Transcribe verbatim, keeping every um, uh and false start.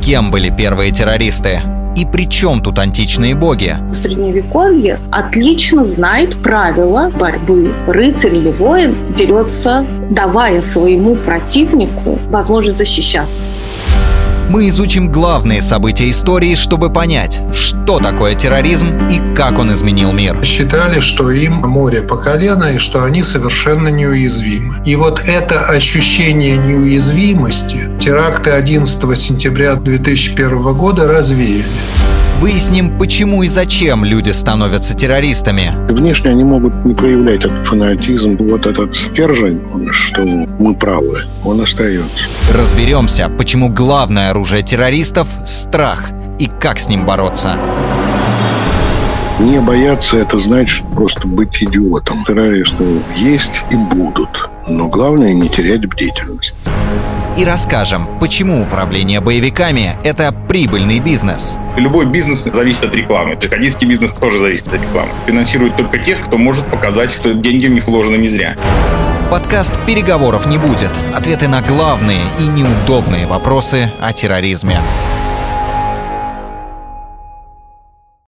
Кем были первые террористы? И при чем тут античные боги? Средневековье отлично знает правила борьбы. Рыцарь или воин дерется, давая своему противнику возможность защищаться. Мы изучим главные события истории, чтобы понять, что такое терроризм и как он изменил мир. Считали, что им море по колено и что они совершенно неуязвимы. И вот это ощущение неуязвимости теракты одиннадцатого сентября две тысячи первого года развеяли. Выясним, почему и зачем люди становятся террористами. Внешне они могут не проявлять этот фанатизм. Вот этот стержень, что мы правы, он остается. Разберемся, почему главное оружие террористов – страх, и как с ним бороться. Не бояться – это значит просто быть идиотом. Террористы есть и будут, но главное – не терять бдительность. И расскажем, почему управление боевиками – это прибыльный бизнес. Любой бизнес зависит от рекламы. Джихадистский бизнес тоже зависит от рекламы. Финансирует только тех, кто может показать, что деньги в них вложены не зря. Подкаст «Переговоров не будет». Ответы на главные и неудобные вопросы о терроризме.